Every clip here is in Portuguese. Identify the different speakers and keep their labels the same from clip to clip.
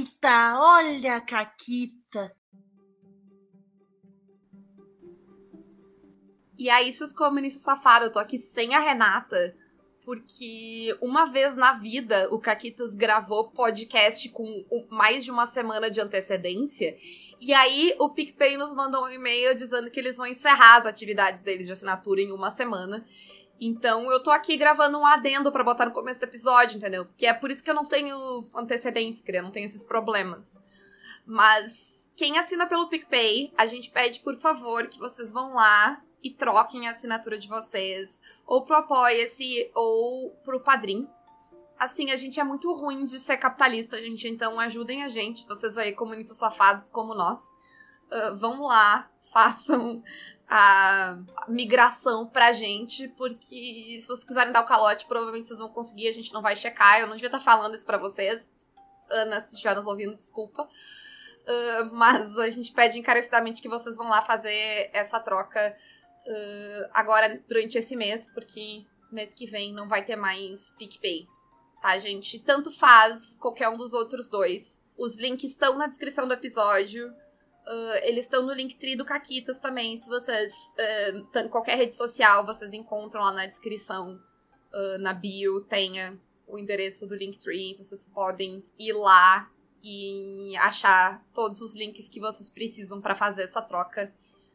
Speaker 1: Caquita, olha a Caquita.
Speaker 2: E aí, seus comunistas safados, eu tô aqui sem a Renata, porque uma vez na vida o Caquitas gravou podcast com mais de uma semana de antecedência, e aí o PicPay nos mandou um e-mail dizendo que eles vão encerrar as atividades deles de assinatura em uma semana. Então eu tô aqui gravando um adendo pra botar no começo do episódio, entendeu? Porque é por isso que eu não tenho antecedência, eu não tenho esses problemas. Mas quem assina pelo PicPay, a gente pede, por favor, que vocês vão lá e troquem a assinatura de vocês, ou pro Apoia-se, ou pro Padrim. Assim, a gente é muito ruim de ser capitalista, gente, então ajudem a gente, vocês aí, comunistas safados como nós. Vão lá, façam a migração pra gente, porque se vocês quiserem dar o calote, provavelmente vocês vão conseguir, a gente não vai checar, eu não devia estar falando isso pra vocês. Ana, se estiver nos ouvindo, desculpa. Mas a gente pede encarecidamente que vocês vão lá fazer essa troca agora, durante esse mês, porque mês que vem não vai ter mais PicPay, tá, gente? Tanto faz qualquer um dos outros dois. Os links estão na descrição do episódio. Eles estão no Linktree do Caquitas também. Se vocês... qualquer rede social, vocês encontram lá na descrição. Na bio, tenha o endereço do Linktree. Vocês podem ir lá e achar todos os links que vocês precisam pra fazer essa troca.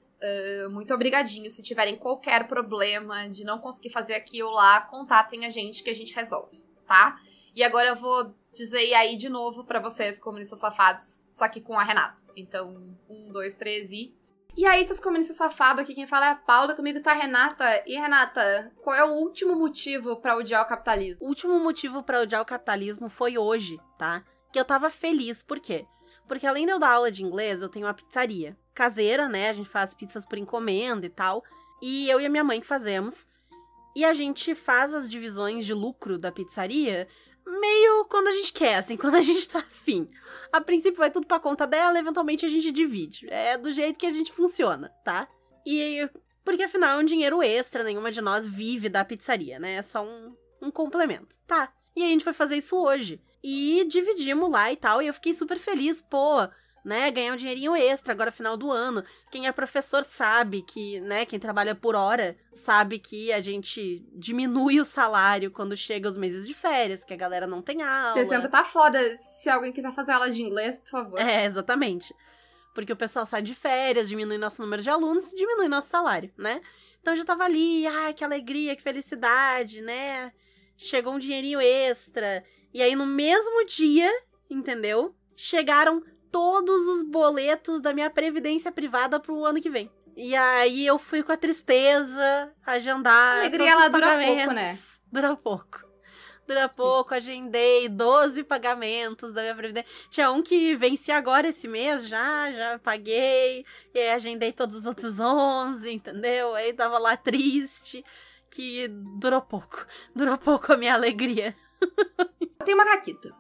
Speaker 2: Muito obrigadinho. Se tiverem qualquer problema de não conseguir fazer aqui ou lá, contatem a gente que a gente resolve, tá? E agora eu vou dizer e aí de novo pra vocês, comunistas safados, só que com a Renata. Então, 1, 2, 3 e... E aí, seus comunistas safados, aqui quem fala é a Paula, comigo tá a Renata. E Renata, qual é o último motivo pra odiar o capitalismo?
Speaker 3: O último motivo pra odiar o capitalismo foi hoje, tá? Que eu tava feliz. Por quê? Porque além de eu dar aula de inglês, eu tenho uma pizzaria caseira, né? A gente faz pizzas por encomenda e tal. E eu e a minha mãe que fazemos. E a gente faz as divisões de lucro da pizzaria meio quando a gente quer, assim, quando a gente tá afim. A princípio vai tudo pra conta dela, eventualmente a gente divide. É do jeito que a gente funciona, tá? E porque afinal é um dinheiro extra, nenhuma de nós vive da pizzaria, né? É só um complemento, tá? E a gente vai fazer isso hoje. E dividimos lá e tal, e eu fiquei super feliz, pô, né, ganhar um dinheirinho extra agora final do ano. Quem é professor sabe que, né, quem trabalha por hora sabe que a gente diminui o salário quando chega os meses de férias, porque a galera não tem aula.
Speaker 2: Dezembro tá foda, se alguém quiser fazer aula de inglês, por favor.
Speaker 3: É, exatamente. Porque o pessoal sai de férias, diminui nosso número de alunos, diminui nosso salário, né? Então eu já tava ali, ai, que alegria, que felicidade, né? Chegou um dinheirinho extra. E aí, no mesmo dia, entendeu? Chegaram todos os boletos da minha previdência privada pro ano que vem. E aí, eu fui com a tristeza agendar.
Speaker 2: A alegria, ela dura pouco, né?
Speaker 3: Dura pouco. Dura pouco, isso. Agendei 12 pagamentos da minha previdência. Tinha um que vencia agora esse mês, já paguei. E aí, agendei todos os outros 11, entendeu? Aí, tava lá triste, que durou pouco. Durou pouco a minha alegria.
Speaker 2: Eu tenho uma caquita.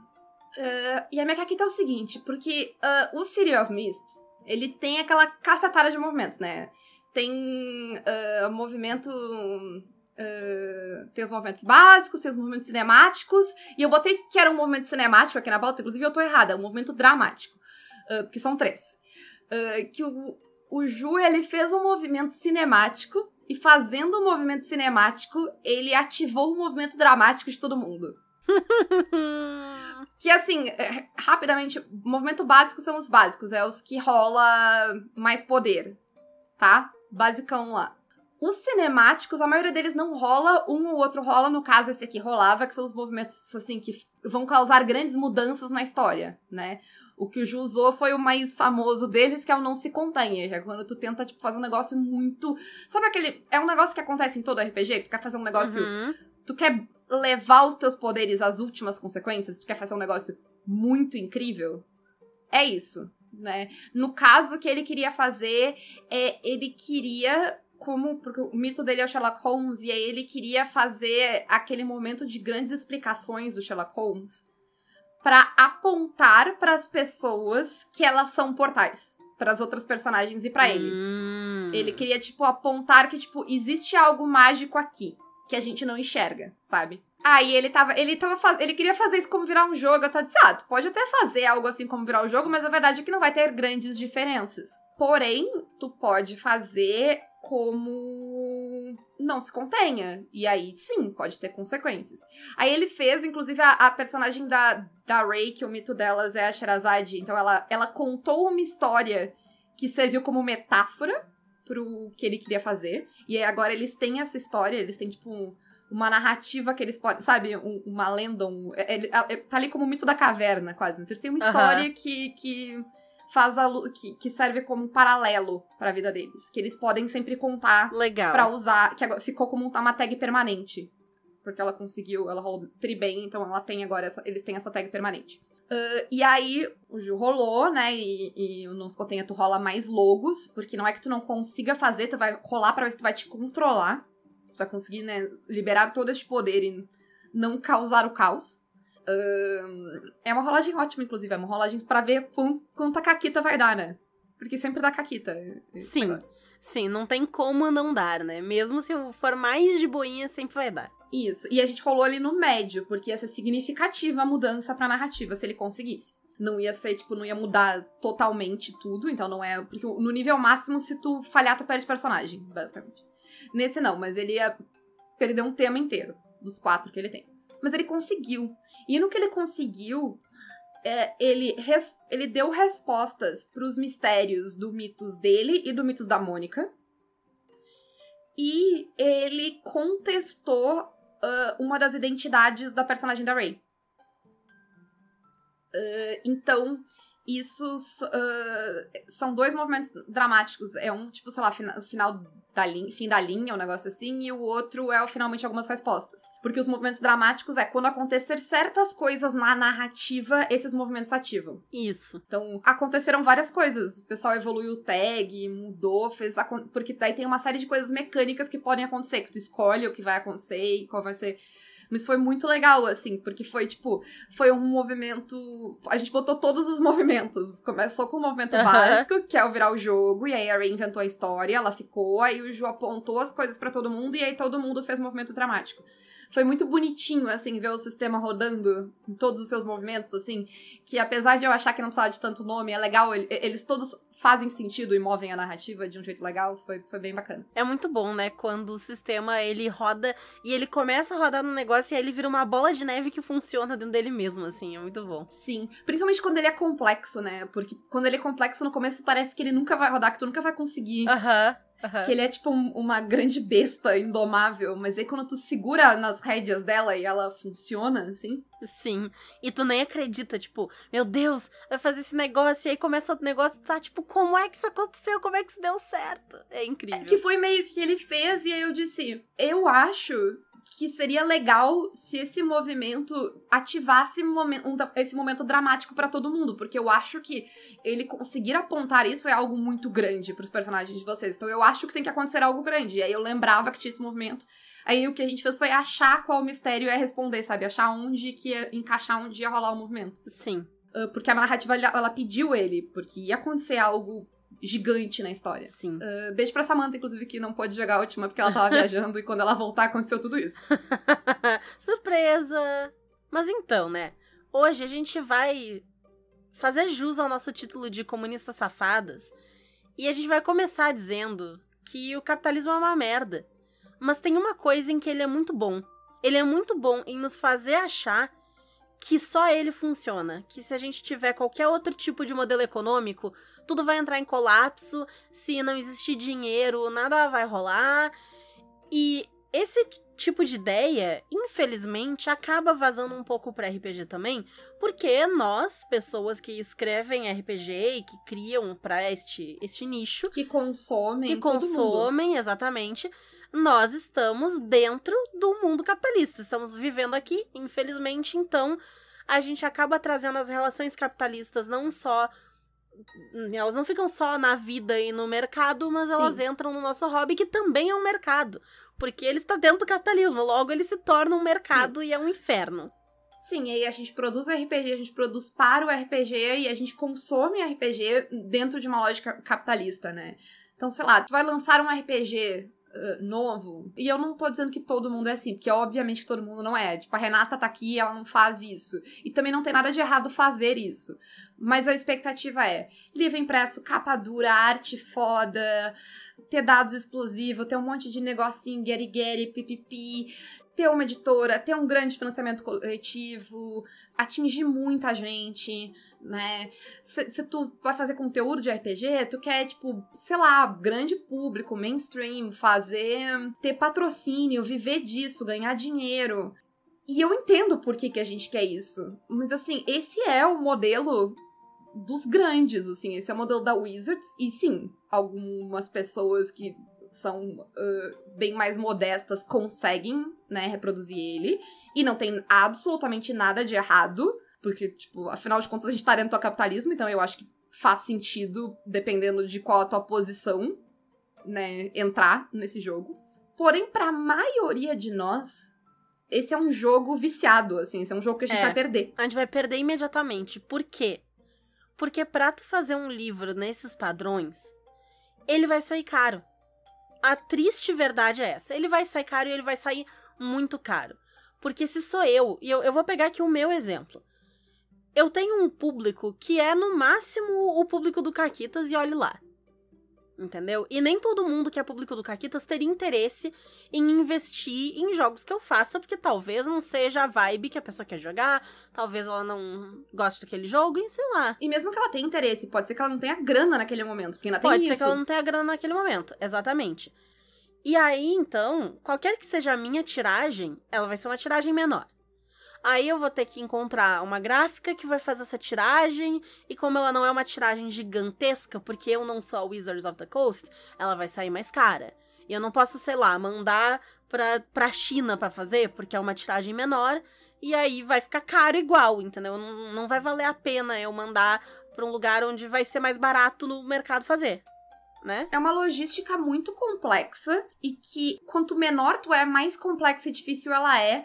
Speaker 2: E a minha caquita é o seguinte, porque o City of Mist, ele tem aquela cacetada de movimentos, né? Tem movimento... tem os movimentos básicos, tem os movimentos cinemáticos, e eu botei que era um movimento cinemático aqui na pauta, inclusive eu tô errada, é um movimento dramático, porque são 3. Que o Ju, ele fez um movimento cinemático, e fazendo o movimento cinemático, ele ativou o movimento dramático de todo mundo. Que assim, rapidamente, movimento básico são os básicos, é os que rola mais poder, tá? Basicão lá. Os cinemáticos, a maioria deles não rola, um ou outro rola, no caso esse aqui rolava, que são os movimentos, assim, que vão causar grandes mudanças na história, né? O que o Ju usou foi o mais famoso deles, que é o não se contenha, que é quando tu tenta, tipo, fazer um negócio muito... Sabe aquele... É um negócio que acontece em todo RPG, que tu quer fazer um negócio...
Speaker 3: Uhum.
Speaker 2: Tu quer levar os teus poderes às últimas consequências, tu quer fazer um negócio muito incrível. É isso, né? No caso, o que ele queria fazer ele queria... porque o mito dele é o Sherlock Holmes, e aí ele queria fazer aquele momento de grandes explicações do Sherlock Holmes pra apontar pras pessoas que elas são portais, pras outras personagens e pra ele. Ele queria, tipo, apontar que, tipo, existe algo mágico aqui, que a gente não enxerga, sabe? Aí ele queria fazer isso como virar um jogo. Eu tava dizendo, tu pode até fazer algo assim como virar um jogo, mas a verdade é que não vai ter grandes diferenças. Porém, tu pode fazer como não se contenha. E aí, sim, pode ter consequências. Aí ele fez, inclusive, a personagem da Rey, que o mito delas é a Sherazade. Então ela contou uma história que serviu como metáfora pro que ele queria fazer. E aí agora eles têm essa história, eles têm, tipo, uma narrativa que eles podem, sabe, uma lenda, tá ali como o mito da caverna, quase. Mas eles têm uma história que faz que serve como um paralelo pra vida deles. Que eles podem sempre contar.
Speaker 3: Legal.
Speaker 2: Pra usar, que agora ficou como uma tag permanente. Porque ela rolou tri bem, então eles têm essa tag permanente. E aí, o Ju rolou, né, e o Não Se Contenha tu rola mais logos, porque não é que tu não consiga fazer, tu vai rolar pra ver se tu vai te controlar. Você vai conseguir, né, liberar todo esse poder e não causar o caos. É uma rolagem ótima, inclusive. É uma rolagem pra ver quanta caquita vai dar, né? Porque sempre dá caquita.
Speaker 3: Sim.
Speaker 2: Negócio.
Speaker 3: Sim, não tem como não dar, né? Mesmo se for mais de boinha, sempre vai dar.
Speaker 2: Isso. E a gente rolou ali no médio, porque ia ser significativa a mudança pra narrativa, se ele conseguisse. Não ia ser, tipo, não ia mudar totalmente tudo. Então não é... Porque no nível máximo, se tu falhar, tu perde personagem, basicamente. Nesse não, mas ele ia perder um tema inteiro, dos 4 que ele tem. Mas ele conseguiu. E no que ele conseguiu, ele deu respostas pros mistérios do mitos dele e do mitos da Mônica. E ele contestou uma das identidades da personagem da Rey. Então, isso são 2 movimentos dramáticos. É um, tipo, sei lá, fim da linha, um negócio assim, e o outro é finalmente algumas respostas. Porque os movimentos dramáticos quando acontecer certas coisas na narrativa, esses movimentos ativam.
Speaker 3: Isso.
Speaker 2: Então, aconteceram várias coisas. O pessoal evoluiu o tag, mudou, porque daí tem uma série de coisas mecânicas que podem acontecer, que tu escolhe o que vai acontecer e qual vai ser... Mas foi muito legal, assim, porque foi um movimento... A gente botou todos os movimentos. Começou com o movimento básico, que é o virar o jogo, e aí a Rey inventou a história, ela ficou, aí o Ju apontou as coisas pra todo mundo, e aí todo mundo fez movimento dramático. Foi muito bonitinho, assim, ver o sistema rodando em todos os seus movimentos, assim, que apesar de eu achar que não precisava de tanto nome, é legal, eles todos fazem sentido e movem a narrativa de um jeito legal, foi bem bacana.
Speaker 3: É muito bom, né, quando o sistema, ele roda, e ele começa a rodar no negócio, e aí ele vira uma bola de neve que funciona dentro dele mesmo, assim, é muito bom.
Speaker 2: Sim, principalmente quando ele é complexo, né, porque quando ele é complexo no começo parece que ele nunca vai rodar, que tu nunca vai conseguir. Que ele é tipo uma grande besta indomável, mas aí quando tu segura nas rédeas dela e ela funciona, assim...
Speaker 3: Sim, e tu nem acredita, tipo, meu Deus, vai fazer esse negócio, e aí começa outro negócio, tá, tipo, como é que isso aconteceu, como é que isso deu certo? É incrível.
Speaker 2: Que foi meio que ele fez, e aí eu disse, eu acho que seria legal se esse movimento ativasse esse momento dramático pra todo mundo, porque eu acho que ele conseguir apontar isso é algo muito grande pros personagens de vocês, então eu acho que tem que acontecer algo grande, e aí eu lembrava que tinha esse movimento, aí o que a gente fez foi achar qual mistério ia responder, sabe, achar onde que ia encaixar, onde ia rolar o movimento.
Speaker 3: Sim.
Speaker 2: Porque a narrativa, ela pediu ele, porque ia acontecer algo gigante na história.
Speaker 3: Sim.
Speaker 2: Beijo pra Samantha, inclusive, que não pôde jogar a última porque ela tava viajando e quando ela voltar aconteceu tudo isso.
Speaker 3: Surpresa! Mas então, né? Hoje a gente vai fazer jus ao nosso título de comunistas safadas e a gente vai começar dizendo que o capitalismo é uma merda. Mas tem uma coisa em que ele é muito bom. Ele é muito bom em nos fazer achar que só ele funciona. Que se a gente tiver qualquer outro tipo de modelo econômico, tudo vai entrar em colapso, se não existir dinheiro, nada vai rolar. E esse tipo de ideia, infelizmente, acaba vazando um pouco pra RPG também, porque nós, pessoas que escrevem RPG e que criam pra este nicho...
Speaker 2: Que consomem
Speaker 3: exatamente... Nós estamos dentro do mundo capitalista, estamos vivendo aqui, infelizmente, então a gente acaba trazendo as relações capitalistas não só... Elas não ficam só na vida e no mercado, mas elas entram no nosso hobby, que também é um mercado, porque ele está dentro do capitalismo, logo ele se torna um mercado e é um inferno.
Speaker 2: Sim, e aí a gente produz RPG, a gente produz para o RPG e a gente consome RPG dentro de uma lógica capitalista, né? Então, sei lá, tu vai lançar um RPG... novo. E eu não tô dizendo que todo mundo é assim, porque obviamente que todo mundo não é. Tipo, a Renata tá aqui e ela não faz isso. E também não tem nada de errado fazer isso. Mas a expectativa é livro impresso, capa dura, arte foda, ter dados exclusivos, ter um monte de negocinho, gueri-gueri, pipipi, ter uma editora, ter um grande financiamento coletivo, atingir muita gente, né? Se tu vai fazer conteúdo de RPG, tu quer, tipo, sei lá, grande público, mainstream, ter patrocínio, viver disso, ganhar dinheiro. E eu entendo por que a gente quer isso. Mas, assim, esse é o modelo dos grandes, assim. Esse é o modelo da Wizards. E, sim, algumas pessoas que são bem mais modestas conseguem, né, reproduzir ele. E não tem absolutamente nada de errado. Porque, tipo, afinal de contas, a gente tá dentro do capitalismo. Então, eu acho que faz sentido, dependendo de qual a tua posição, né, entrar nesse jogo. Porém, pra maioria de nós, esse é um jogo viciado, assim. Esse é um jogo que a gente vai perder.
Speaker 3: A gente vai perder imediatamente. Por quê? Porque pra tu fazer um livro nesses padrões, ele vai sair caro. A triste verdade é essa. Ele vai sair caro e ele vai sair muito caro. Porque se sou eu, e eu vou pegar aqui o meu exemplo. Eu tenho um público que é, no máximo, o público do Caquitas e olhe lá. Entendeu? E nem todo mundo que é público do Caquitas teria interesse em investir em jogos que eu faça, porque talvez não seja a vibe que a pessoa quer jogar, talvez ela não goste daquele jogo, e sei lá.
Speaker 2: E mesmo que ela tenha interesse, pode ser que ela não tenha grana naquele momento, porque ainda tem isso.
Speaker 3: Pode ser que ela não tenha grana naquele momento, exatamente. E aí, então, qualquer que seja a minha tiragem, ela vai ser uma tiragem menor. Aí eu vou ter que encontrar uma gráfica que vai fazer essa tiragem, e como ela não é uma tiragem gigantesca, porque eu não sou a Wizards of the Coast, ela vai sair mais cara. E eu não posso, sei lá, mandar pra China pra fazer, porque é uma tiragem menor, e aí vai ficar caro igual, entendeu? Não vai valer a pena eu mandar pra um lugar onde vai ser mais barato no mercado fazer. Né?
Speaker 2: É uma logística muito complexa e que quanto menor tu é, mais complexa e difícil ela é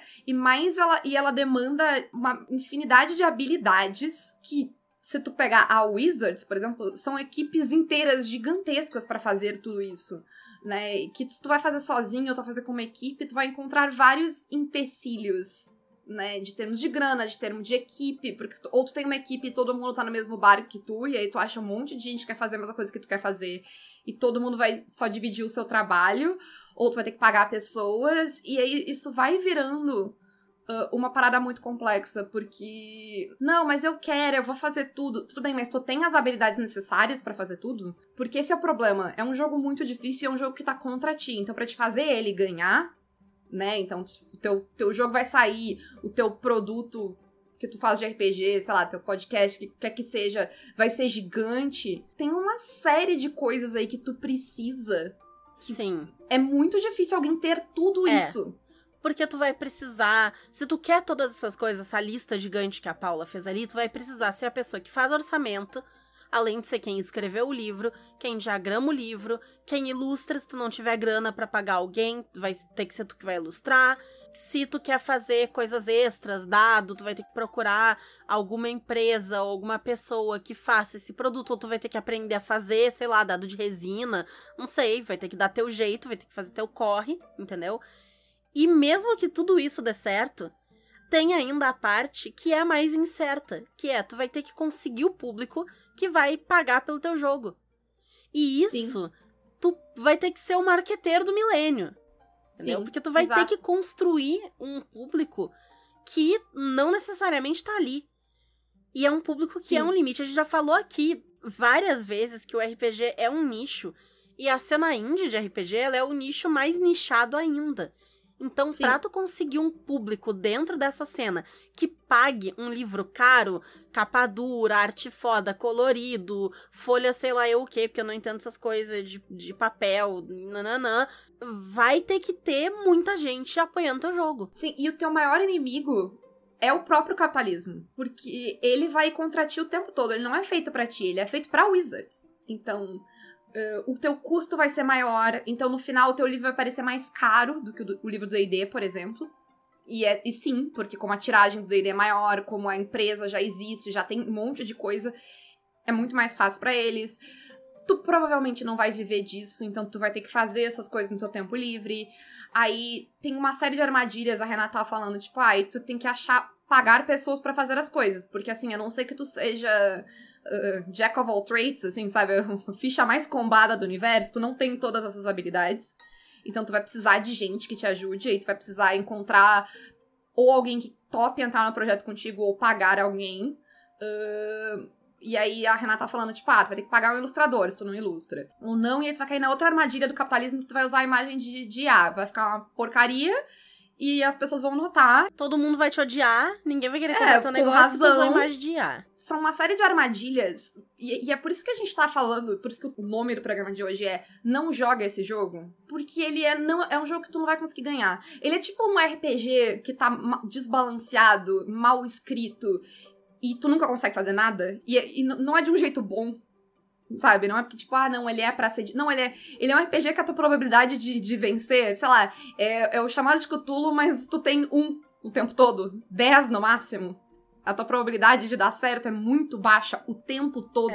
Speaker 2: e ela demanda uma infinidade de habilidades que, se tu pegar a Wizards, por exemplo, são equipes inteiras gigantescas pra fazer tudo isso, né? E que se tu vai fazer sozinho ou tu vai fazer com uma equipe, tu vai encontrar vários empecilhos, né, de termos de grana, de termos de equipe, porque ou tu tem uma equipe e todo mundo tá no mesmo barco que tu, e aí tu acha um monte de gente que quer fazer a mesma coisa que tu quer fazer, e todo mundo vai só dividir o seu trabalho, ou tu vai ter que pagar pessoas, e aí isso vai virando uma parada muito complexa, porque... Não, mas eu vou fazer tudo. Tudo bem, mas tu tem as habilidades necessárias pra fazer tudo? Porque esse é o problema. É um jogo muito difícil e é um jogo que tá contra ti. Então, pra te fazer ele ganhar, né, então o teu jogo vai sair, o teu produto que tu faz de RPG, sei lá, teu podcast, que quer que seja, vai ser gigante. Tem uma série de coisas aí que tu precisa.
Speaker 3: Sim.
Speaker 2: É muito difícil alguém ter tudo isso.
Speaker 3: Porque tu vai precisar, se tu quer todas essas coisas, essa lista gigante que a Paula fez ali, tu vai precisar ser a pessoa que faz orçamento, além de ser quem escreveu o livro, quem diagrama o livro, quem ilustra, se tu não tiver grana pra pagar alguém, vai ter que ser tu que vai ilustrar. Se tu quer fazer coisas extras, dado, tu vai ter que procurar alguma empresa ou alguma pessoa que faça esse produto, ou tu vai ter que aprender a fazer, sei lá, dado de resina, não sei, vai ter que dar teu jeito, vai ter que fazer teu corre, entendeu? E mesmo que tudo isso dê certo, tem ainda a parte que é mais incerta, que é, tu vai ter que conseguir o público que vai pagar pelo teu jogo. E isso, tu vai ter que ser o marqueteiro do milênio. Entendeu? Porque tu vai ter que construir um público que não necessariamente tá ali. E é um público que é um limite. A gente já falou aqui várias vezes que o RPG é um nicho. E a cena indie de RPG, ela é o nicho mais nichado ainda. Então, pra tu conseguir um público dentro dessa cena que pague um livro caro, capa dura, arte foda, colorido, folha sei lá eu o quê, porque eu não entendo essas coisas de papel, nananã, vai ter que ter muita gente apoiando teu jogo.
Speaker 2: Sim, e o teu maior inimigo é o próprio capitalismo, porque ele vai contra ti o tempo todo, ele não é feito pra ti, ele é feito pra Wizards. Então... o teu custo vai ser maior, então no final o teu livro vai parecer mais caro do que o livro do D&D, por exemplo. E sim, porque como a tiragem do D&D é maior, como a empresa já existe, já tem um monte de coisa, é muito mais fácil pra eles. tu provavelmente não vai viver disso, então tu vai ter que fazer essas coisas no teu tempo livre. Aí tem uma série de armadilhas, a Renata tava falando, tipo, tu tem que pagar pessoas pra fazer as coisas, porque assim, a não ser que tu seja Jack of all trades, assim, sabe, a ficha mais combada do universo, tu não tem todas essas habilidades, então tu vai precisar de gente que te ajude, aí tu vai precisar encontrar ou alguém que tope entrar no projeto contigo, ou pagar alguém. E aí a Renata tá falando, tipo, tu vai ter que pagar um ilustrador se tu não ilustra. Ou não, e aí tu vai cair na outra armadilha do capitalismo que tu vai usar a imagem de IA. Vai ficar uma porcaria e as pessoas vão notar.
Speaker 3: Todo mundo vai te odiar, ninguém vai querer comprar teu negócio
Speaker 2: razão.
Speaker 3: se tu usar a imagem de IA.
Speaker 2: São uma série de armadilhas, e é por isso que a gente tá falando, por isso que o nome do programa de hoje é Não Joga Esse Jogo, porque ele é um jogo que tu não vai conseguir ganhar. Ele é tipo um RPG que tá desbalanceado, mal escrito, e tu nunca consegue fazer nada, e não é de um jeito bom, sabe? Não é porque, tipo, não, ele é pra ser... Não, ele é um RPG que a tua probabilidade de vencer, sei lá, é o chamado de Cthulhu, mas tu tem o tempo todo, 10 no máximo. A tua probabilidade de dar certo é muito baixa o tempo todo.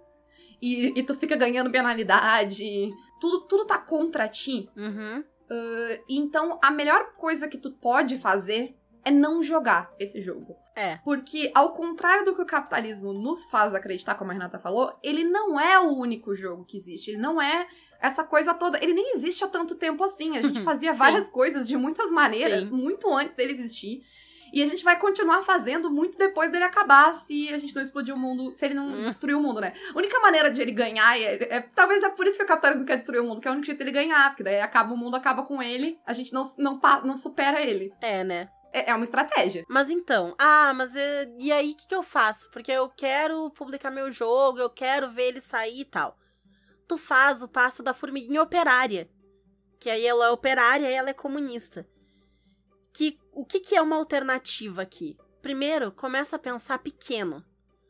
Speaker 2: E tu fica ganhando penalidade. Tudo tá contra ti.
Speaker 3: Uhum.
Speaker 2: Então, a melhor coisa que tu pode fazer é não jogar esse jogo. Porque, ao contrário do que o capitalismo nos faz acreditar, como a Renata falou, ele não é o único jogo que existe. Ele não é essa coisa toda. Ele nem existe há tanto tempo assim. A gente fazia várias coisas de muitas maneiras, muito antes dele existir. E a gente vai continuar fazendo muito depois dele acabar, se a gente não explodir o mundo, se ele não destruir o mundo, né? A única maneira de ele ganhar, talvez é por isso que o capitalismo quer destruir o mundo, que é o único jeito dele ganhar, porque daí o mundo acaba com ele, a gente não supera ele.
Speaker 3: Né?
Speaker 2: É uma estratégia.
Speaker 3: Mas então, e aí o que eu faço? Porque eu quero publicar meu jogo, eu quero ver ele sair e tal. Tu faz o passo da formiguinha operária, que aí ela é operária e ela é comunista. O que é uma alternativa aqui? Primeiro, começa a pensar pequeno.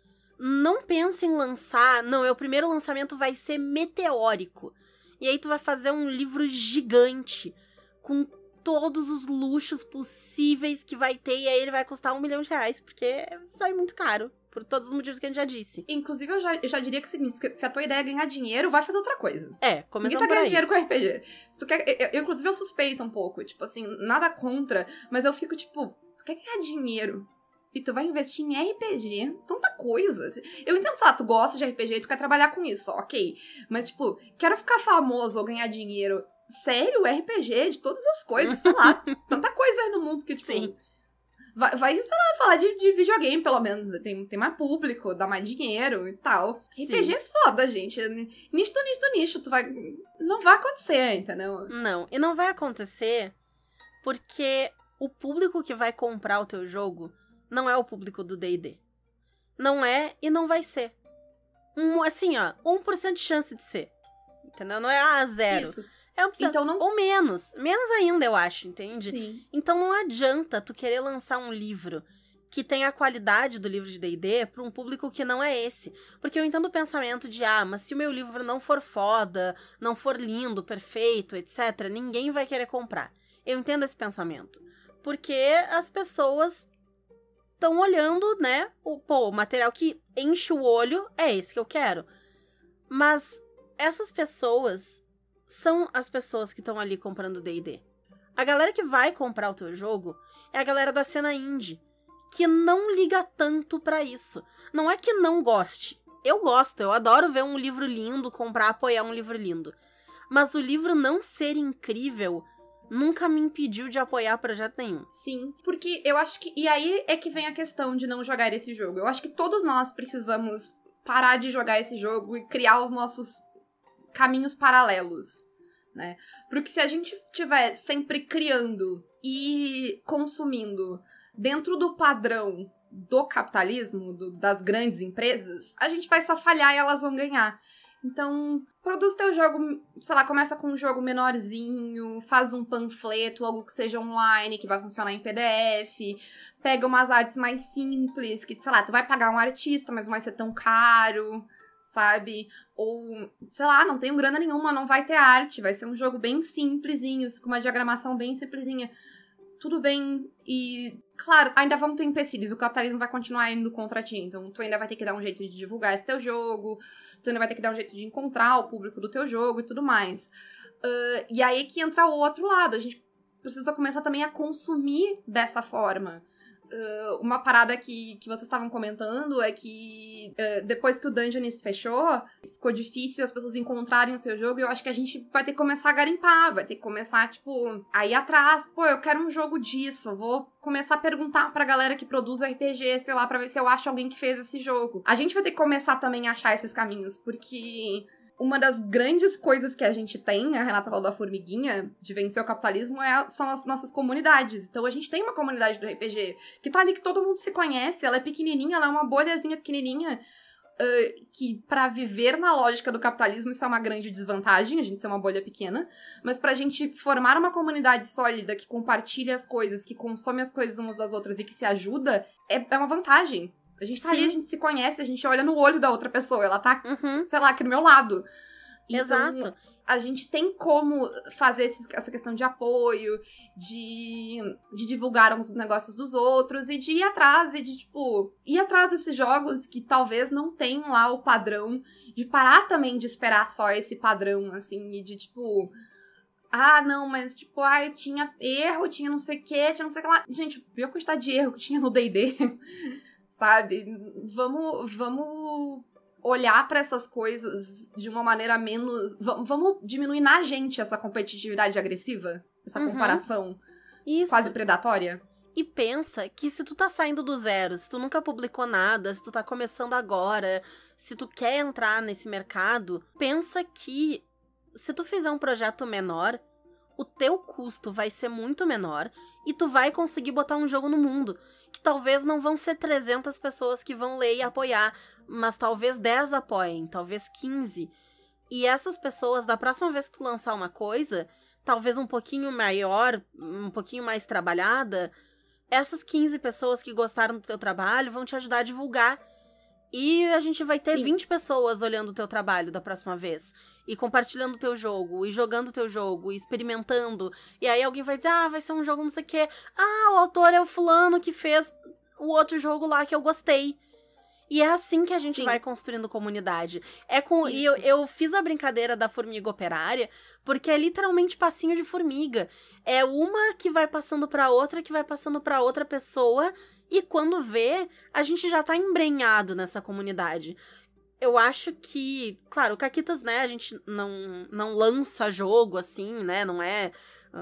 Speaker 3: Não pense em lançar... Não, o primeiro lançamento vai ser meteórico. E aí tu vai fazer um livro gigante, com todos os luxos possíveis que vai ter, e aí ele vai custar R$1 milhão, porque sai muito caro. Por todos os motivos que a gente já disse.
Speaker 2: Inclusive, eu já diria que é o seguinte, se a tua ideia é ganhar dinheiro, vai fazer outra coisa.
Speaker 3: Começando
Speaker 2: Ninguém tá ganhando dinheiro com RPG. Se tu quer... Inclusive, eu suspeito um pouco. Tipo assim, nada contra, mas eu fico tipo, tu quer ganhar dinheiro e tu vai investir em RPG? Tanta coisa. Eu entendo, sei lá, tu gosta de RPG e tu quer trabalhar com isso, ok. Mas, tipo, quero ficar famoso ou ganhar dinheiro. Sério? RPG? De todas as coisas, sei lá. Tanta coisa aí no mundo que, tipo...
Speaker 3: Sim.
Speaker 2: Vai, sei lá, falar de videogame, pelo menos. Tem mais público, dá mais dinheiro e tal. Sim. RPG é foda, gente. Nicho. Não vai acontecer, entendeu?
Speaker 3: Não, e não vai acontecer porque o público que vai comprar o teu jogo não é o público do D&D. Não é e não vai ser. Assim, 1% de chance de ser. Entendeu? Não é 0.
Speaker 2: Isso.
Speaker 3: É 1%. Então não... Ou menos. Menos ainda, eu acho, entende?
Speaker 2: Sim.
Speaker 3: Então não adianta tu querer lançar um livro que tenha a qualidade do livro de D&D para um público que não é esse. Porque eu entendo o pensamento de, mas se o meu livro não for foda, não for lindo, perfeito, etc., ninguém vai querer comprar. Eu entendo esse pensamento. Porque as pessoas estão olhando, né? O material que enche o olho é esse que eu quero. Mas essas pessoas são as pessoas que estão ali comprando D&D. A galera que vai comprar o teu jogo é a galera da cena indie, que não liga tanto pra isso. Não é que não goste. Eu gosto, eu adoro ver um livro lindo, comprar, apoiar um livro lindo. Mas o livro não ser incrível nunca me impediu de apoiar projeto nenhum.
Speaker 2: Sim, porque eu acho que... E aí é que vem a questão de não jogar esse jogo. Eu acho que todos nós precisamos parar de jogar esse jogo e criar os nossos caminhos paralelos, né? Porque se a gente estiver sempre criando e consumindo dentro do padrão do capitalismo, das grandes empresas, a gente vai só falhar e elas vão ganhar. Então, produz teu jogo, sei lá, começa com um jogo menorzinho, faz um panfleto, algo que seja online, que vai funcionar em PDF, pega umas artes mais simples, que, sei lá, tu vai pagar um artista, mas não vai ser tão caro, sabe? Ou, sei lá, não tem grana nenhuma, não vai ter arte, vai ser um jogo bem simplesinho, com uma diagramação bem simplesinha. Tudo bem, e Claro, ainda vão ter empecilhos, o capitalismo vai continuar indo contra ti, então tu ainda vai ter que dar um jeito de divulgar esse teu jogo, tu ainda vai ter que dar um jeito de encontrar o público do teu jogo e tudo mais. E aí que entra o outro lado, a gente precisa começar também a consumir dessa forma. Uma parada que vocês estavam comentando é que depois que o Dungeonist fechou, ficou difícil as pessoas encontrarem o seu jogo, e eu acho que a gente vai ter que começar a garimpar, vai ter que começar, tipo, a ir atrás. Pô, eu quero um jogo disso, vou começar a perguntar pra galera que produz RPG, sei lá, pra ver se eu acho alguém que fez esse jogo. A gente vai ter que começar também a achar esses caminhos, porque uma das grandes coisas que a gente tem, a Renata falou da formiguinha, de vencer o capitalismo, são as nossas comunidades. Então a gente tem uma comunidade do RPG que tá ali, que todo mundo se conhece, ela é pequenininha, ela é uma bolhazinha pequenininha, que pra viver na lógica do capitalismo isso é uma grande desvantagem, a gente ser uma bolha pequena, mas pra gente formar uma comunidade sólida que compartilha as coisas, que consome as coisas umas das outras e que se ajuda, é uma vantagem. A gente tá ali, a gente se conhece, a gente olha no olho da outra pessoa, ela tá, sei lá, aqui do meu lado. Então,
Speaker 3: Exato.
Speaker 2: A gente tem como fazer essa questão de apoio, de divulgar os negócios dos outros e de ir atrás, e de, tipo, ir atrás desses jogos que talvez não tenham lá o padrão, de parar também de esperar só esse padrão, assim, e de, tipo, ah, não, mas, tipo, tinha erro, tinha não sei o que, tinha não sei o que lá. Gente, viu a quantidade de erro que tinha no D&D? Sabe? Vamos olhar pra essas coisas de uma maneira menos... Vamos diminuir na gente essa competitividade agressiva? Essa comparação quase predatória?
Speaker 3: E pensa que se tu tá saindo do zero, se tu nunca publicou nada, se tu tá começando agora, se tu quer entrar nesse mercado, pensa que se tu fizer um projeto menor, o teu custo vai ser muito menor e tu vai conseguir botar um jogo no mundo. Que talvez não vão ser 300 pessoas que vão ler e apoiar, mas talvez 10 apoiem, talvez 15. E essas pessoas, da próxima vez que tu lançar uma coisa, talvez um pouquinho maior, um pouquinho mais trabalhada, essas 15 pessoas que gostaram do teu trabalho vão te ajudar a divulgar. E a gente vai ter 20 pessoas olhando o teu trabalho da próxima vez. E compartilhando o teu jogo, e jogando o teu jogo, e experimentando. E aí alguém vai dizer, vai ser um jogo não sei o quê. O autor é o fulano que fez o outro jogo lá que eu gostei. E é assim que a gente vai construindo comunidade. E eu fiz a brincadeira da formiga operária, porque é literalmente passinho de formiga. É uma que vai passando pra outra, que vai passando pra outra pessoa, e quando vê, a gente já tá embrenhado nessa comunidade. Eu acho que, claro, o Caquitas, né, a gente não lança jogo assim, né, não é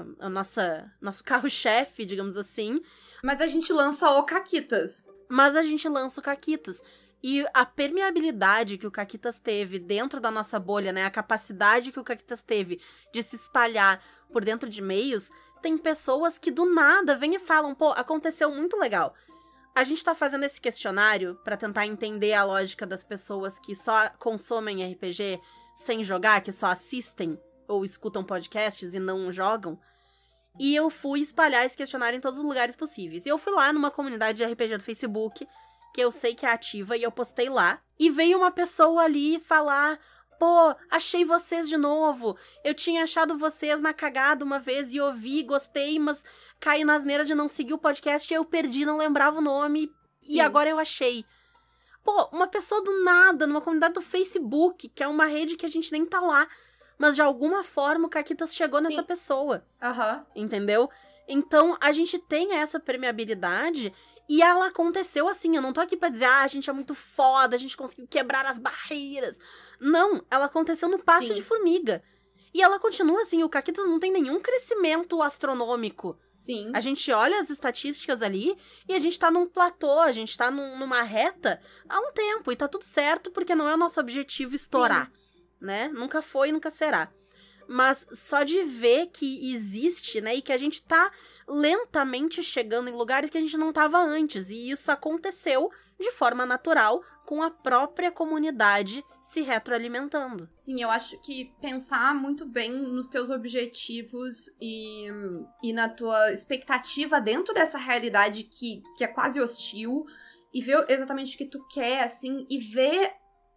Speaker 3: nosso carro-chefe, digamos assim.
Speaker 2: Mas a gente lança o Caquitas.
Speaker 3: Mas a gente lança o Caquitas. E a permeabilidade que o Caquitas teve dentro da nossa bolha, né, a capacidade que o Caquitas teve de se espalhar por dentro de meios, tem pessoas que do nada vêm e falam, pô, aconteceu muito legal. A gente tá fazendo esse questionário pra tentar entender a lógica das pessoas que só consomem RPG sem jogar, que só assistem ou escutam podcasts e não jogam. E eu fui espalhar esse questionário em todos os lugares possíveis. E eu fui lá numa comunidade de RPG do Facebook, que eu sei que é ativa, e eu postei lá. E veio uma pessoa ali falar, pô, achei vocês de novo. Eu tinha achado vocês na cagada uma vez e ouvi, gostei, mas caí na asneira de não seguir o podcast e eu perdi, não lembrava o nome. E agora eu achei. Pô, uma pessoa do nada, numa comunidade do Facebook, que é uma rede que a gente nem tá lá. Mas de alguma forma o Caquitas chegou nessa pessoa. Entendeu? Então a gente tem essa permeabilidade e ela aconteceu assim. Eu não tô aqui pra dizer, a gente é muito foda, a gente conseguiu quebrar as barreiras. Não, ela aconteceu no passo de formiga. E ela continua assim, o Caquitas não tem nenhum crescimento astronômico.
Speaker 2: Sim.
Speaker 3: A gente olha as estatísticas ali e a gente tá num platô, a gente tá numa reta há um tempo. E tá tudo certo porque não é o nosso objetivo estourar. Né? Nunca foi e nunca será. Mas só de ver que existe, né? E que a gente tá lentamente chegando em lugares que a gente não tava antes. E isso aconteceu de forma natural com a própria comunidade se retroalimentando.
Speaker 2: Sim, eu acho que pensar muito bem nos teus objetivos e na tua expectativa dentro dessa realidade que é quase hostil, e ver exatamente o que tu quer, assim, e ver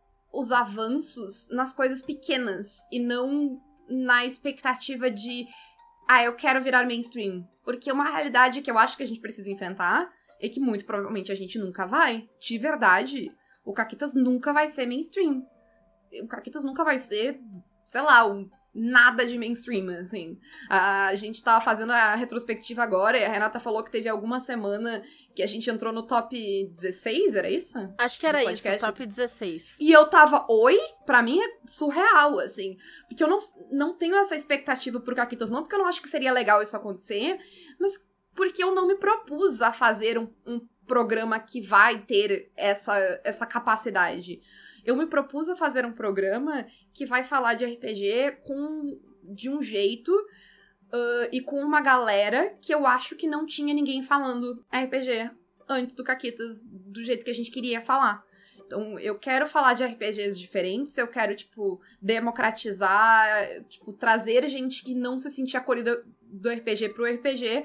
Speaker 2: os avanços nas coisas pequenas e não na expectativa de eu quero virar mainstream. Porque uma realidade que eu acho que a gente precisa enfrentar é que muito provavelmente a gente nunca vai. De verdade, o Caquitas nunca vai ser mainstream. O Caquitas nunca vai ser, sei lá, nada de mainstream, assim. A gente tava fazendo a retrospectiva agora e a Renata falou que teve alguma semana que a gente entrou no top 16, era isso?
Speaker 3: Acho que era isso, top 16.
Speaker 2: E eu tava, pra mim é surreal, assim. Porque eu não tenho essa expectativa pro Caquitas, não porque eu não acho que seria legal isso acontecer, mas porque eu não me propus a fazer um programa que vai ter essa capacidade. Eu me propus a fazer um programa que vai falar de RPG de um jeito e com uma galera que eu acho que não tinha ninguém falando RPG antes do Caquitas, do jeito que a gente queria falar. Então, eu quero falar de RPGs diferentes, eu quero, democratizar, trazer gente que não se sentia acolhida do RPG pro RPG.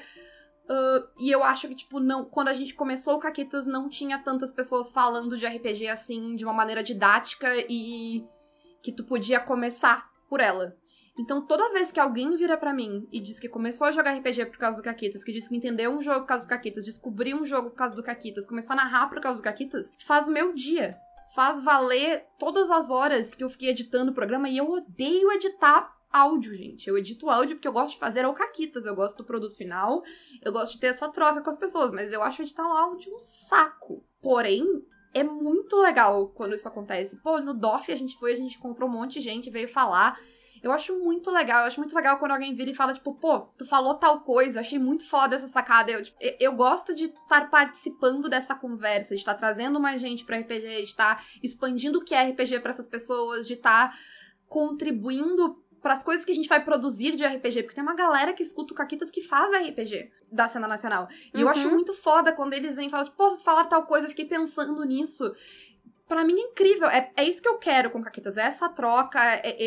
Speaker 2: E eu acho que, não, quando a gente começou o Caquitas, não tinha tantas pessoas falando de RPG assim, de uma maneira didática e que tu podia começar por ela. Então, toda vez que alguém vira pra mim e diz que começou a jogar RPG por causa do Caquitas, que diz que entendeu um jogo por causa do Caquitas, descobriu um jogo por causa do Caquitas, começou a narrar por causa do Caquitas, faz meu dia. Faz valer todas as horas que eu fiquei editando o programa, e eu odeio editar áudio, gente. Eu edito áudio porque eu gosto de fazer o Caquitas, eu gosto do produto final, eu gosto de ter essa troca com as pessoas, mas eu acho editar um áudio um saco. Porém, é muito legal quando isso acontece. Pô, no DOF a gente encontrou um monte de gente, veio falar. Eu acho muito legal quando alguém vira e fala, pô, tu falou tal coisa, eu achei muito foda essa sacada. Eu gosto de estar participando dessa conversa, de estar trazendo mais gente pra RPG, de estar expandindo o que é RPG pra essas pessoas, de estar contribuindo pras coisas que a gente vai produzir de RPG, porque tem uma galera que escuta o Caquitas que faz RPG da cena nacional. E eu acho muito foda quando eles vêm e falam, pô, vocês falaram tal coisa, eu fiquei pensando nisso. Pra mim é incrível, é isso que eu quero com o Caquitas, é essa troca,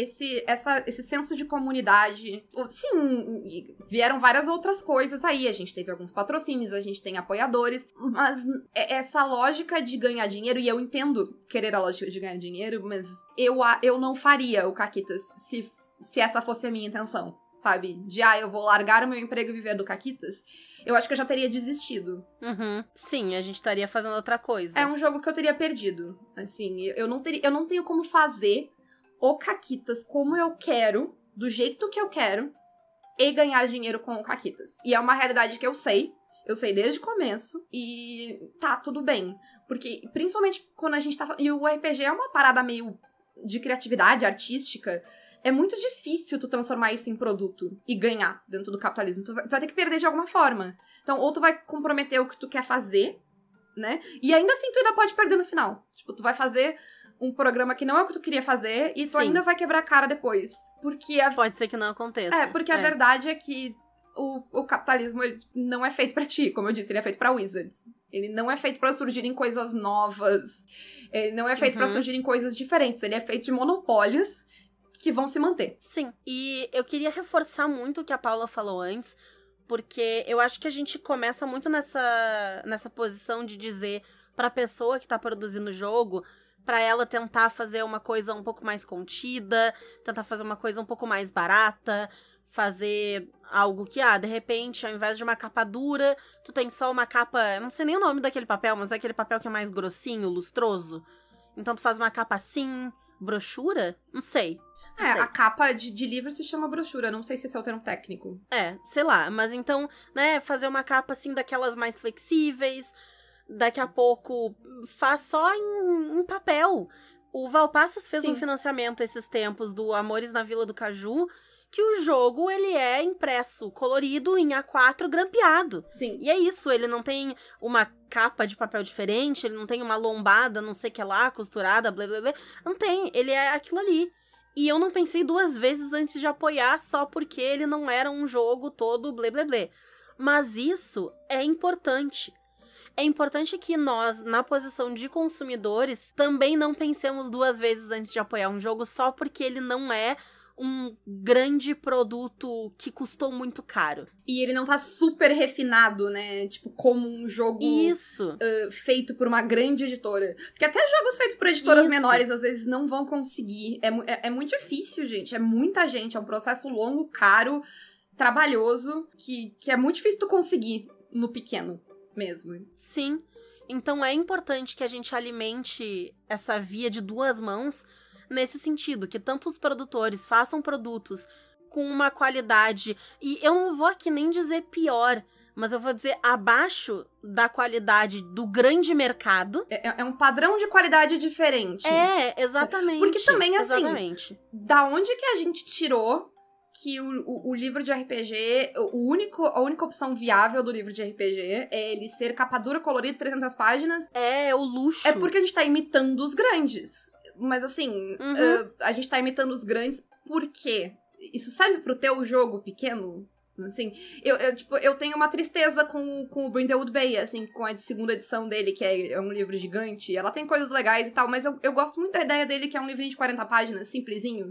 Speaker 2: esse senso de comunidade. Sim, vieram várias outras coisas aí, a gente teve alguns patrocínios, a gente tem apoiadores, mas essa lógica de ganhar dinheiro, e eu entendo querer a lógica de ganhar dinheiro, mas eu não faria o Caquitas se essa fosse a minha intenção, sabe? De, eu vou largar o meu emprego e viver do Caquitas, eu acho que eu já teria desistido.
Speaker 3: Sim, a gente estaria fazendo outra coisa.
Speaker 2: É um jogo que eu teria perdido, assim, eu não tenho como fazer o Caquitas como eu quero, do jeito que eu quero, e ganhar dinheiro com o Caquitas. E é uma realidade que eu sei desde o começo, e tá, tudo bem. Porque, principalmente quando a gente tá... E o RPG é uma parada meio de criatividade artística. É muito difícil tu transformar isso em produto e ganhar dentro do capitalismo. Tu vai ter que perder de alguma forma. Então, ou tu vai comprometer o que tu quer fazer, né? E ainda assim, tu ainda pode perder no final. Tu vai fazer um programa que não é o que tu queria fazer e tu ainda vai quebrar a cara depois. Porque
Speaker 3: pode ser que não aconteça.
Speaker 2: Porque a verdade é que o capitalismo, ele não é feito pra ti, como eu disse, ele é feito pra Wizards. Ele não é feito pra surgirem coisas novas. Ele não é feito pra surgirem coisas diferentes. Ele é feito de monopólios que vão se manter.
Speaker 3: Sim, e eu queria reforçar muito o que a Paula falou antes, porque eu acho que a gente começa muito nessa posição de dizer pra pessoa que tá produzindo o jogo, pra ela tentar fazer uma coisa um pouco mais contida, tentar fazer uma coisa um pouco mais barata, fazer algo que, de repente, ao invés de uma capa dura, tu tem só uma capa, eu não sei nem o nome daquele papel, mas é aquele papel que é mais grossinho, lustroso. Então tu faz uma capa assim, brochura? Não sei.
Speaker 2: A capa de livro se chama brochura, não sei se esse é o termo técnico.
Speaker 3: Sei lá, mas então, né, fazer uma capa assim daquelas mais flexíveis, daqui a pouco faz só em papel. O Valpassos fez um financiamento esses tempos do Amores na Vila do Caju, que o jogo, ele é impresso, colorido em A4 grampeado.
Speaker 2: Sim.
Speaker 3: E é isso, ele não tem uma capa de papel diferente, ele não tem uma lombada, não sei o que lá, costurada, blá blá blá. Não tem, ele é aquilo ali. E eu não pensei duas vezes antes de apoiar só porque ele não era um jogo todo blá blá blá. Mas isso é importante. É importante que nós, na posição de consumidores, também não pensemos duas vezes antes de apoiar um jogo só porque ele não é um grande produto que custou muito caro.
Speaker 2: E ele não tá super refinado, né? Como um jogo feito por uma grande editora. Porque até jogos feitos por editoras menores, às vezes, não vão conseguir. É muito difícil, gente. É muita gente. É um processo longo, caro. trabalhoso, que é muito difícil tu conseguir no pequeno mesmo.
Speaker 3: Sim. Então é importante que a gente alimente essa via de duas mãos nesse sentido, que tanto os produtores façam produtos com uma qualidade, e eu não vou aqui nem dizer pior, mas eu vou dizer abaixo da qualidade do grande mercado.
Speaker 2: É um padrão de qualidade diferente.
Speaker 3: Exatamente.
Speaker 2: Porque também, assim,
Speaker 3: exatamente.
Speaker 2: Da onde que a gente tirou que o livro de RPG, a única opção viável do livro de RPG é ele ser capa dura, colorido, 300 páginas.
Speaker 3: É o luxo.
Speaker 2: É porque a gente tá imitando os grandes. Mas assim, a gente tá imitando os grandes por quê? Isso serve pro teu jogo pequeno? Assim, eu tenho uma tristeza com o Brindlewood Bay, assim, com a segunda edição dele, que é um livro gigante. Ela tem coisas legais e tal, mas eu gosto muito da ideia dele, que é um livrinho de 40 páginas, simplesinho,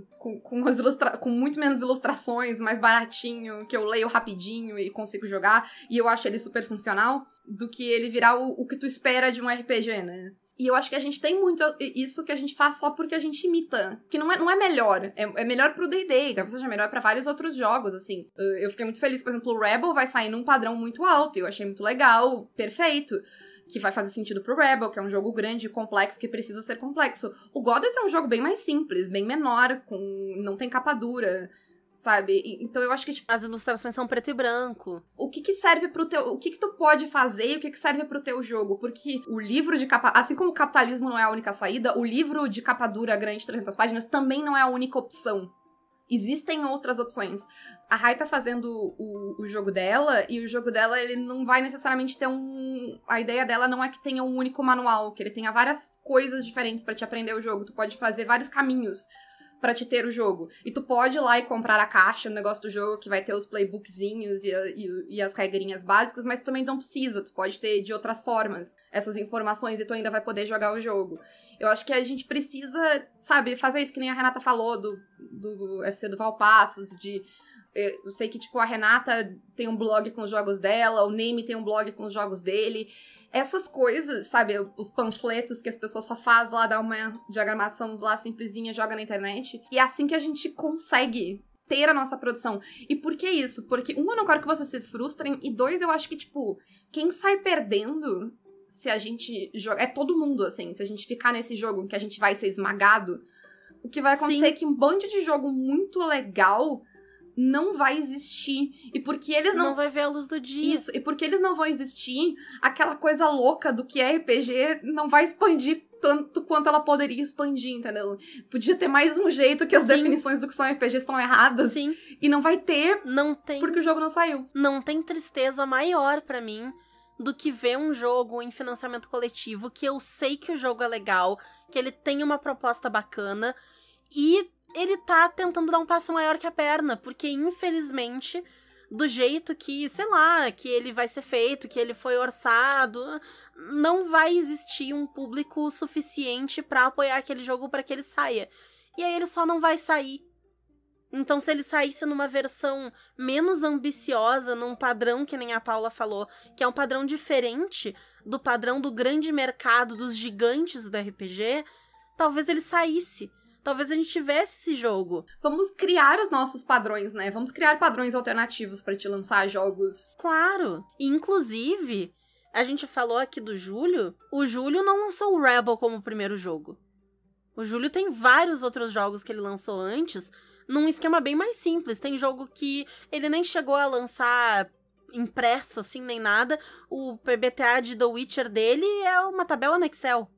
Speaker 2: com muito menos ilustrações, mais baratinho, que eu leio rapidinho e consigo jogar, e eu acho ele super funcional, do que ele virar o que tu espera de um RPG, né? E eu acho que a gente tem muito isso que a gente faz só porque a gente imita. Que não é melhor. É melhor pro D&D, talvez seja melhor pra vários outros jogos, assim. Eu fiquei muito feliz, por exemplo, o Rebel vai sair num padrão muito alto. E eu achei muito legal, perfeito. Que vai fazer sentido pro Rebel, que é um jogo grande e complexo, que precisa ser complexo. O Goddess é um jogo bem mais simples, bem menor, não tem capa dura, sabe? Então eu acho que, tipo,
Speaker 3: as ilustrações são preto e branco.
Speaker 2: O que serve pro teu... O que tu pode fazer e o que serve pro teu jogo? Porque o livro de capa... Assim como o capitalismo não é a única saída, o livro de capa dura grande, 300 páginas, também não é a única opção. Existem outras opções. A Rai tá fazendo o jogo dela, e o jogo dela, ele não vai necessariamente ter A ideia dela não é que tenha um único manual, que ele tenha várias coisas diferentes pra te aprender o jogo. Tu pode fazer vários caminhos pra te ter o jogo. E tu pode ir lá e comprar a caixa, o negócio do jogo, que vai ter os playbookzinhos e as regrinhas básicas, mas tu também não precisa, tu pode ter de outras formas essas informações e tu ainda vai poder jogar o jogo. Eu acho que a gente precisa, sabe, fazer isso que nem a Renata falou do FC do Valpassos, eu sei que, tipo, a Renata tem um blog com os jogos dela, o Neme tem um blog com os jogos dele. Essas coisas, sabe, os panfletos que as pessoas só fazem lá, dá uma diagramação lá simplesinha, joga na internet. E é assim que a gente consegue ter a nossa produção. E por que isso? Porque, eu não quero que vocês se frustrem, e 2, eu acho que, tipo, quem sai perdendo se a gente joga... É todo mundo, assim, se a gente ficar nesse jogo em que a gente vai ser esmagado, o que vai acontecer é que um bando de jogo muito legal não vai existir. E porque eles não
Speaker 3: vai ver a luz do dia.
Speaker 2: Isso, e porque eles não vão existir, aquela coisa louca do que é RPG não vai expandir tanto quanto ela poderia expandir, entendeu? Podia ter mais um jeito que as definições do que são RPG estão erradas.
Speaker 3: Sim.
Speaker 2: E não vai ter,
Speaker 3: não tem,
Speaker 2: porque o jogo não saiu.
Speaker 3: Não tem tristeza maior pra mim do que ver um jogo em financiamento coletivo, que eu sei que o jogo é legal, que ele tem uma proposta bacana, e ele tá tentando dar um passo maior que a perna, porque infelizmente, do jeito que, sei lá, que ele vai ser feito, que ele foi orçado, não vai existir um público suficiente pra apoiar aquele jogo pra que ele saia. E aí ele só não vai sair. Então, se ele saísse numa versão menos ambiciosa, num padrão que nem a Paula falou, que é um padrão diferente do padrão do grande mercado, dos gigantes do RPG, talvez ele saísse. Talvez a gente tivesse esse jogo.
Speaker 2: Vamos criar os nossos padrões, né? Vamos criar padrões alternativos pra te lançar jogos.
Speaker 3: Claro. E, inclusive, a gente falou aqui do Júlio. O Júlio não lançou o Rebel como primeiro jogo. O Júlio tem vários outros jogos que ele lançou antes, num esquema bem mais simples. Tem jogo que ele nem chegou a lançar impresso, assim, nem nada. O PBTA de The Witcher dele é uma tabela no Excel.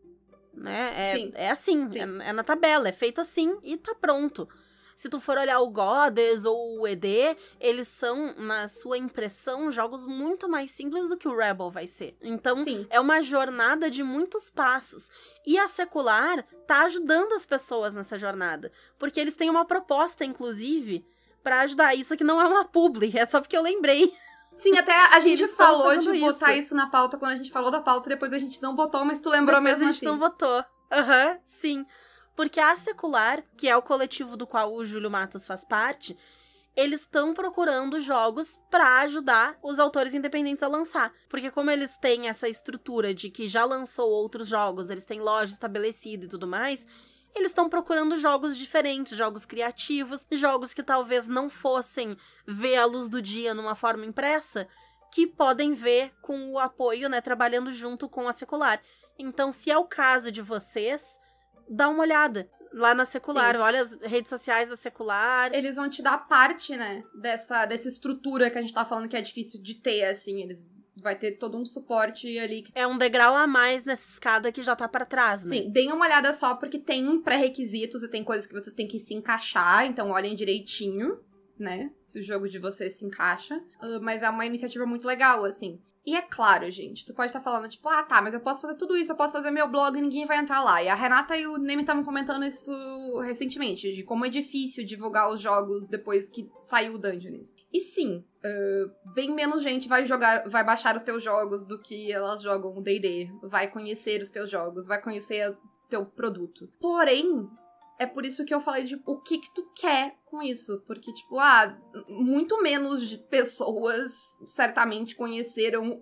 Speaker 3: Né? É assim, é na tabela, é feito assim e tá pronto. Se tu for olhar o Goddess ou o ED, eles são, na sua impressão, jogos muito mais simples do que o Rebel vai ser. Então, é uma jornada de muitos passos. E a Secular tá ajudando as pessoas nessa jornada. Porque eles têm uma proposta, inclusive, pra ajudar. Isso aqui não é uma publi, é só porque eu lembrei.
Speaker 2: Sim, até a gente falou de botar isso na pauta quando a gente falou da pauta, depois a gente não botou, mas tu lembrou
Speaker 3: depois
Speaker 2: mesmo
Speaker 3: a gente não botou. Sim. Porque a Secular, que é o coletivo do qual o Júlio Matos faz parte, eles estão procurando jogos pra ajudar os autores independentes a lançar. Porque como eles têm essa estrutura de que já lançou outros jogos, eles têm loja estabelecida e tudo mais, eles estão procurando jogos diferentes, jogos criativos, jogos que talvez não fossem ver a luz do dia numa forma impressa, que podem ver com o apoio, né, trabalhando junto com a Secular. Então, se é o caso de vocês, dá uma olhada lá na Secular,
Speaker 2: Sim.
Speaker 3: olha as redes sociais da Secular.
Speaker 2: Eles vão te dar parte, né, dessa estrutura que a gente tá falando que é difícil de ter, assim, eles vai ter todo um suporte ali.
Speaker 3: É um degrau a mais nessa escada que já tá pra trás, né?
Speaker 2: Sim, deem uma olhada só, porque tem pré-requisitos e tem coisas que vocês têm que se encaixar, então olhem direitinho, né, se o jogo de vocês se encaixa. Mas é uma iniciativa muito legal, assim. E é claro, gente, tu pode estar falando, tipo, ah, tá, mas eu posso fazer tudo isso, eu posso fazer meu blog e ninguém vai entrar lá. E a Renata e o Neme estavam comentando isso recentemente, de como é difícil divulgar os jogos depois que saiu o Dungeons. E sim, bem menos gente vai baixar os teus jogos do que elas jogam o D&D, vai conhecer os teus jogos, vai conhecer o teu produto. Porém, é por isso que eu falei de o que tu quer com isso. Porque, tipo, muito menos de pessoas certamente conheceram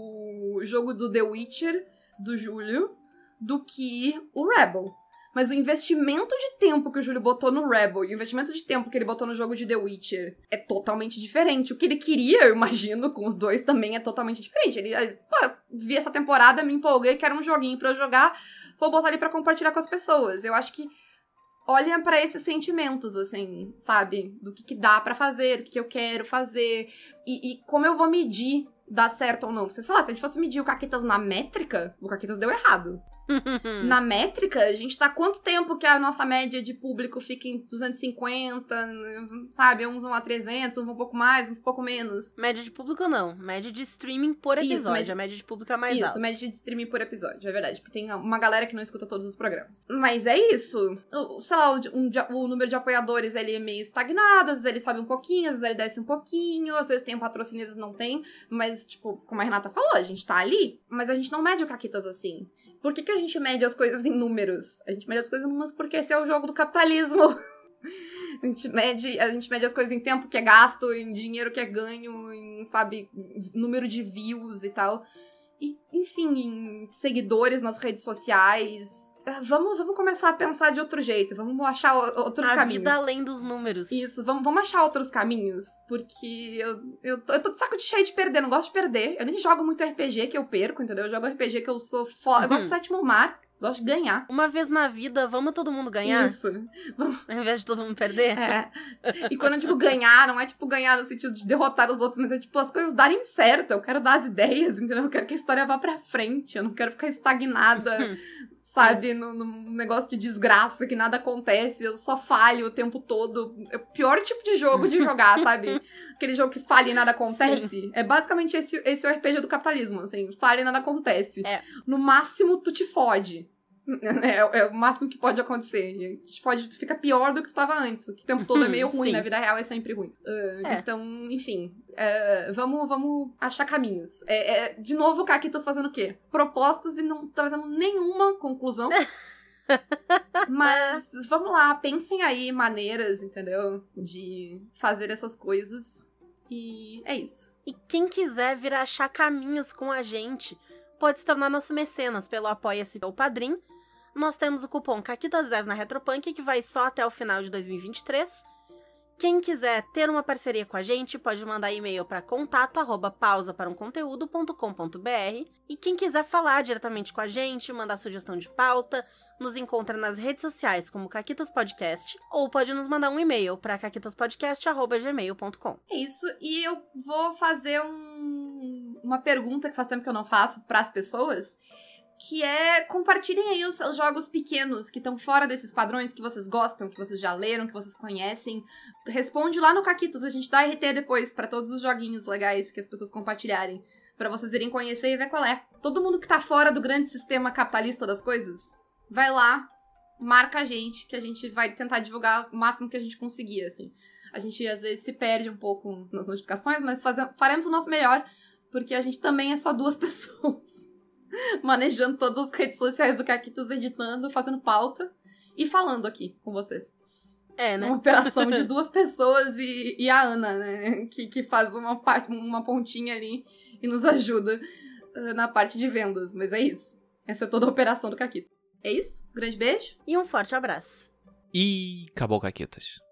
Speaker 2: o jogo do The Witcher, do Júlio, do que o Rebel. Mas o investimento de tempo que o Júlio botou no Rebel e o investimento de tempo que ele botou no jogo de The Witcher é totalmente diferente. O que ele queria, eu imagino, com os dois também é totalmente diferente. Ele vi essa temporada, me empolguei, quero um joguinho pra eu jogar, vou botar ali pra compartilhar com as pessoas. Eu acho que olha pra esses sentimentos, assim, sabe? Do que dá pra fazer, do que eu quero fazer. E como eu vou medir dar certo ou não. Porque, sei lá, se a gente fosse medir o Caquitas na métrica, o Caquitas deu errado. Na métrica, a gente tá quanto tempo que a nossa média de público fica em 250, sabe? Uns vão a 300, uns vão um pouco mais, uns um pouco menos.
Speaker 3: Média de público não, média de streaming por episódio. A média de público é mais alta.
Speaker 2: Isso, média de streaming por episódio, é verdade. Porque tem uma galera que não escuta todos os programas. Mas é isso. Sei lá, o número de apoiadores, ele é meio estagnado, às vezes ele sobe um pouquinho, às vezes ele desce um pouquinho, às vezes tem um patrocínio, às vezes não tem. Mas, tipo, como a Renata falou, a gente tá ali, mas a gente não mede o Caquitas assim. Por que a gente mede as coisas em números? A gente mede as coisas em números porque esse é o jogo do capitalismo. A gente mede as coisas em tempo que é gasto, em dinheiro que é ganho, em, sabe, número de views e tal. E, enfim, em seguidores nas redes sociais. Vamos começar a pensar de outro jeito. Vamos achar outros caminhos.
Speaker 3: A vida além dos números.
Speaker 2: Isso, vamos achar outros caminhos. Porque eu tô de saco de cheio de perder. Não gosto de perder. Eu nem jogo muito RPG que eu perco, entendeu? Eu jogo RPG que eu sou foda. Eu gosto de Sétimo Mar. Gosto de ganhar.
Speaker 3: Uma vez na vida, vamos todo mundo ganhar?
Speaker 2: Isso.
Speaker 3: Ao invés de todo mundo perder?
Speaker 2: É. E quando eu digo ganhar, não é tipo ganhar no sentido de derrotar os outros, mas é tipo as coisas darem certo. Eu quero dar as ideias, entendeu? Eu quero que a história vá pra frente. Eu não quero ficar estagnada, sabe? Num negócio de desgraça, que nada acontece. Eu só falho o tempo todo. É o pior tipo de jogo de jogar, sabe? Aquele jogo que falha e nada acontece. Sim. É basicamente esse é o RPG do capitalismo, assim. Falha e nada acontece.
Speaker 3: É. No
Speaker 2: máximo, tu te fode. É o máximo que pode acontecer. Tu fica pior do que tu tava antes. O tempo todo é meio ruim,
Speaker 3: Sim.
Speaker 2: Na vida real é sempre ruim. Então, enfim. Vamos achar caminhos. De novo, o Caquitas fazendo o quê? Propostas e não trazendo nenhuma conclusão. Mas vamos lá, pensem aí maneiras, entendeu? De fazer essas coisas. E é isso.
Speaker 3: E quem quiser vir achar caminhos com a gente, pode se tornar nosso mecenas pelo Apoia-se ou Padrim. Nós temos o cupom CAQUITAS10 na Retropunk, que vai só até o final de 2023. Quem quiser ter uma parceria com a gente, pode mandar e-mail para contato@pausaparamconteúdo.com.br. E quem quiser falar diretamente com a gente, mandar sugestão de pauta, nos encontra nas redes sociais como Caquitas Podcast, ou pode nos mandar um e-mail para caquitaspodcast@gmail.com.
Speaker 2: É isso, e eu vou fazer uma pergunta que faz tempo que eu não faço para as pessoas, que é: compartilhem aí os seus jogos pequenos que estão fora desses padrões, que vocês gostam, que vocês já leram, que vocês conhecem. Responde lá no Caquitas, a gente dá RT depois pra todos os joguinhos legais que as pessoas compartilharem, pra vocês irem conhecer e ver qual é. Todo mundo que tá fora do grande sistema capitalista das coisas, vai lá, marca a gente, que a gente vai tentar divulgar o máximo que a gente conseguir, assim. A gente às vezes se perde um pouco nas notificações, mas faremos o nosso melhor, porque a gente também é só 2 pessoas. Manejando todas as redes sociais do Caquitas, editando, fazendo pauta e falando aqui com vocês.
Speaker 3: Né?
Speaker 2: Uma operação de 2 pessoas e a Ana, né? Que faz uma pontinha ali e nos ajuda na parte de vendas. Mas é isso. Essa é toda a operação do Caquita. É isso? Grande beijo.
Speaker 3: E um forte abraço.
Speaker 4: E acabou, Caquitas.